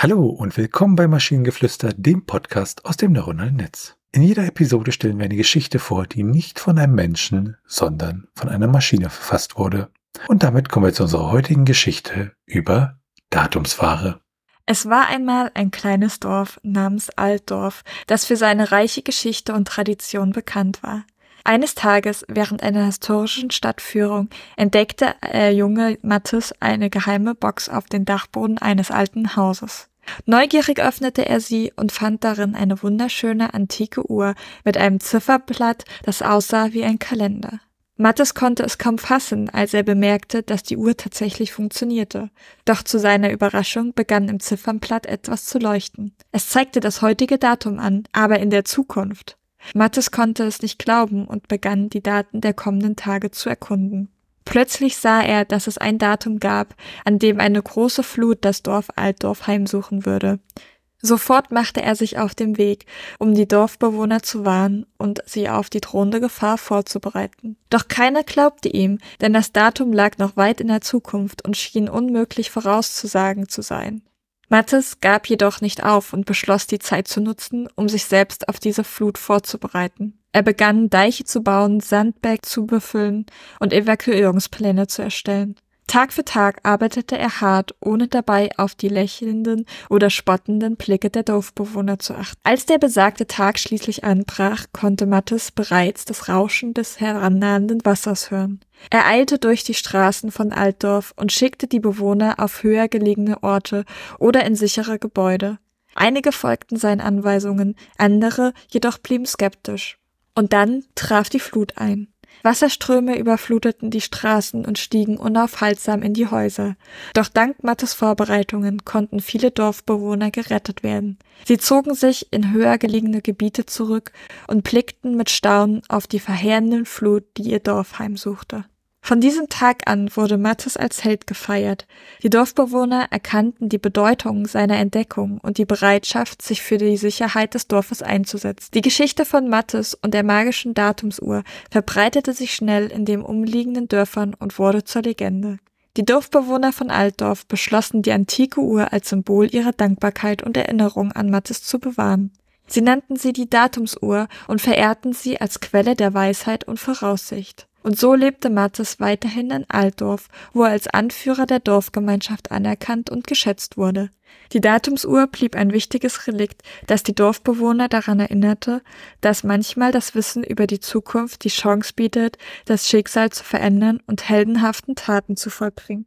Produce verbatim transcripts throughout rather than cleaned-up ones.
Hallo und willkommen bei Maschinengeflüster, dem Podcast aus dem neuronalen Netz. In jeder Episode stellen wir eine Geschichte vor, die nicht von einem Menschen, sondern von einer Maschine verfasst wurde. Und damit kommen wir zu unserer heutigen Geschichte über Datumsware. Es war einmal ein kleines Dorf namens Altdorf, das für seine reiche Geschichte und Tradition bekannt war. Eines Tages, während einer historischen Stadtführung, entdeckte der junge Mathis eine geheime Box auf dem Dachboden eines alten Hauses. Neugierig öffnete er sie und fand darin eine wunderschöne antike Uhr mit einem Zifferblatt, das aussah wie ein Kalender. Mathis konnte es kaum fassen, als er bemerkte, dass die Uhr tatsächlich funktionierte. Doch zu seiner Überraschung begann im Ziffernblatt etwas zu leuchten. Es zeigte das heutige Datum an, aber in der Zukunft. Mathis konnte es nicht glauben und begann, die Daten der kommenden Tage zu erkunden. Plötzlich sah er, dass es ein Datum gab, an dem eine große Flut das Dorf Altdorf heimsuchen würde. Sofort machte er sich auf den Weg, um die Dorfbewohner zu warnen und sie auf die drohende Gefahr vorzubereiten. Doch keiner glaubte ihm, denn das Datum lag noch weit in der Zukunft und schien unmöglich vorauszusagen zu sein. Mathis gab jedoch nicht auf und beschloss, die Zeit zu nutzen, um sich selbst auf diese Flut vorzubereiten. Er begann, Deiche zu bauen, Sandberg zu befüllen und Evakuierungspläne zu erstellen. Tag für Tag arbeitete er hart, ohne dabei auf die lächelnden oder spottenden Blicke der Dorfbewohner zu achten. Als der besagte Tag schließlich anbrach, konnte Mathis bereits das Rauschen des herannahenden Wassers hören. Er eilte durch die Straßen von Altdorf und schickte die Bewohner auf höher gelegene Orte oder in sichere Gebäude. Einige folgten seinen Anweisungen, andere jedoch blieben skeptisch. Und dann traf die Flut ein. Wasserströme überfluteten die Straßen und stiegen unaufhaltsam in die Häuser. Doch dank Mathis Vorbereitungen konnten viele Dorfbewohner gerettet werden. Sie zogen sich in höher gelegene Gebiete zurück und blickten mit Staunen auf die verheerende Flut, die ihr Dorf heimsuchte. Von diesem Tag an wurde Mathis als Held gefeiert. Die Dorfbewohner erkannten die Bedeutung seiner Entdeckung und die Bereitschaft, sich für die Sicherheit des Dorfes einzusetzen. Die Geschichte von Mathis und der magischen Datumsuhr verbreitete sich schnell in den umliegenden Dörfern und wurde zur Legende. Die Dorfbewohner von Altdorf beschlossen, die antike Uhr als Symbol ihrer Dankbarkeit und Erinnerung an Mathis zu bewahren. Sie nannten sie die Datumsuhr und verehrten sie als Quelle der Weisheit und Voraussicht. Und so lebte Mathis weiterhin in Altdorf, wo er als Anführer der Dorfgemeinschaft anerkannt und geschätzt wurde. Die Datumsuhr blieb ein wichtiges Relikt, das die Dorfbewohner daran erinnerte, dass manchmal das Wissen über die Zukunft die Chance bietet, das Schicksal zu verändern und heldenhaften Taten zu vollbringen.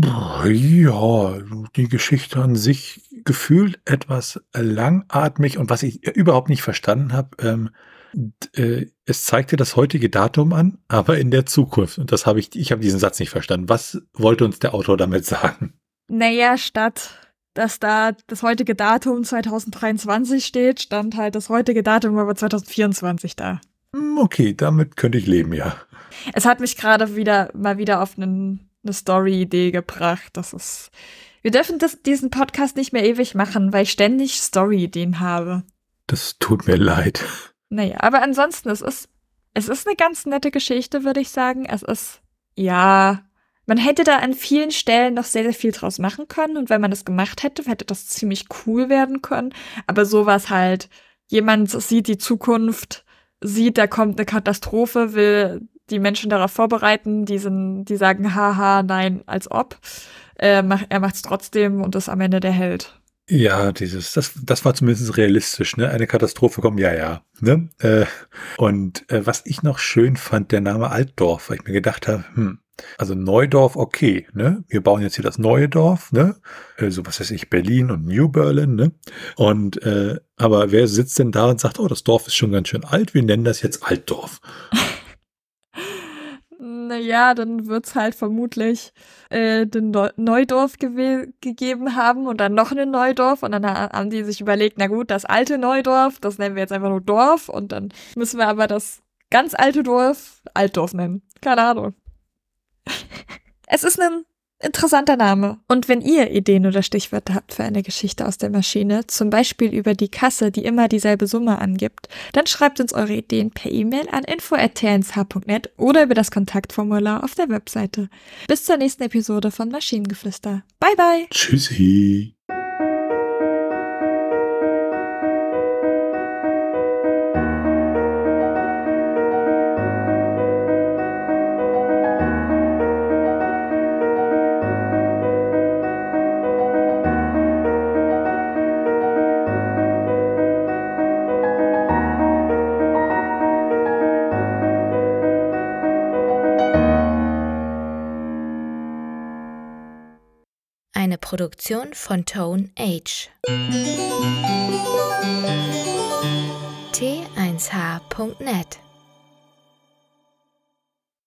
Ja, die Geschichte an sich gefühlt etwas langatmig und was ich überhaupt nicht verstanden habe, ähm, äh, es zeigte das heutige Datum an, aber in der Zukunft. Und das habe ich, ich habe diesen Satz nicht verstanden. Was wollte uns der Autor damit sagen? Naja, statt dass da das heutige Datum zwanzig dreiundzwanzig steht, stand halt das heutige Datum aber zwanzig vierundzwanzig da. Okay, damit könnte ich leben, ja. Es hat mich gerade wieder mal wieder auf einen, eine Story-Idee gebracht. Das ist, wir dürfen das, diesen Podcast nicht mehr ewig machen, weil ich ständig Story-Ideen habe. Das tut mir leid. Naja, aber ansonsten, es ist, es ist eine ganz nette Geschichte, würde ich sagen. Es ist, ja, man hätte da an vielen Stellen noch sehr, sehr viel draus machen können. Und wenn man das gemacht hätte, hätte das ziemlich cool werden können. Aber sowas halt, jemand sieht die Zukunft, sieht, da kommt eine Katastrophe, will die Menschen darauf vorbereiten, die, sind, die sagen, haha, nein, als ob. Äh, mach, er macht es trotzdem und ist am Ende der Held. Ja, dieses, das, das war zumindest realistisch, ne? Eine Katastrophe kommt, ja, ja. Ne? Äh, und äh, was ich noch schön fand, der Name Altdorf, weil ich mir gedacht habe, hm, also Neudorf, okay, ne? Wir bauen jetzt hier das neue Dorf, ne? Äh, so was weiß ich, Berlin und New Berlin, ne? Und äh, aber wer sitzt denn da und sagt, oh, das Dorf ist schon ganz schön alt, wir nennen das jetzt Altdorf. Naja, dann wird's halt vermutlich äh, den Neu- Neudorf gewe- gegeben haben und dann noch ein Neudorf und dann ha- haben die sich überlegt, na gut, das alte Neudorf, das nennen wir jetzt einfach nur Dorf und dann müssen wir aber das ganz alte Dorf Altdorf nennen. Keine Ahnung. Es ist ein interessanter Name. Und wenn ihr Ideen oder Stichwörter habt für eine Geschichte aus der Maschine, zum Beispiel über die Kasse, die immer dieselbe Summe angibt, dann schreibt uns eure Ideen per E-Mail an info at t n s h punkt net oder über das Kontaktformular auf der Webseite. Bis zur nächsten Episode von Maschinengeflüster. Bye bye! Tschüssi! Eine Produktion von Tone Age. T eins H Punkt net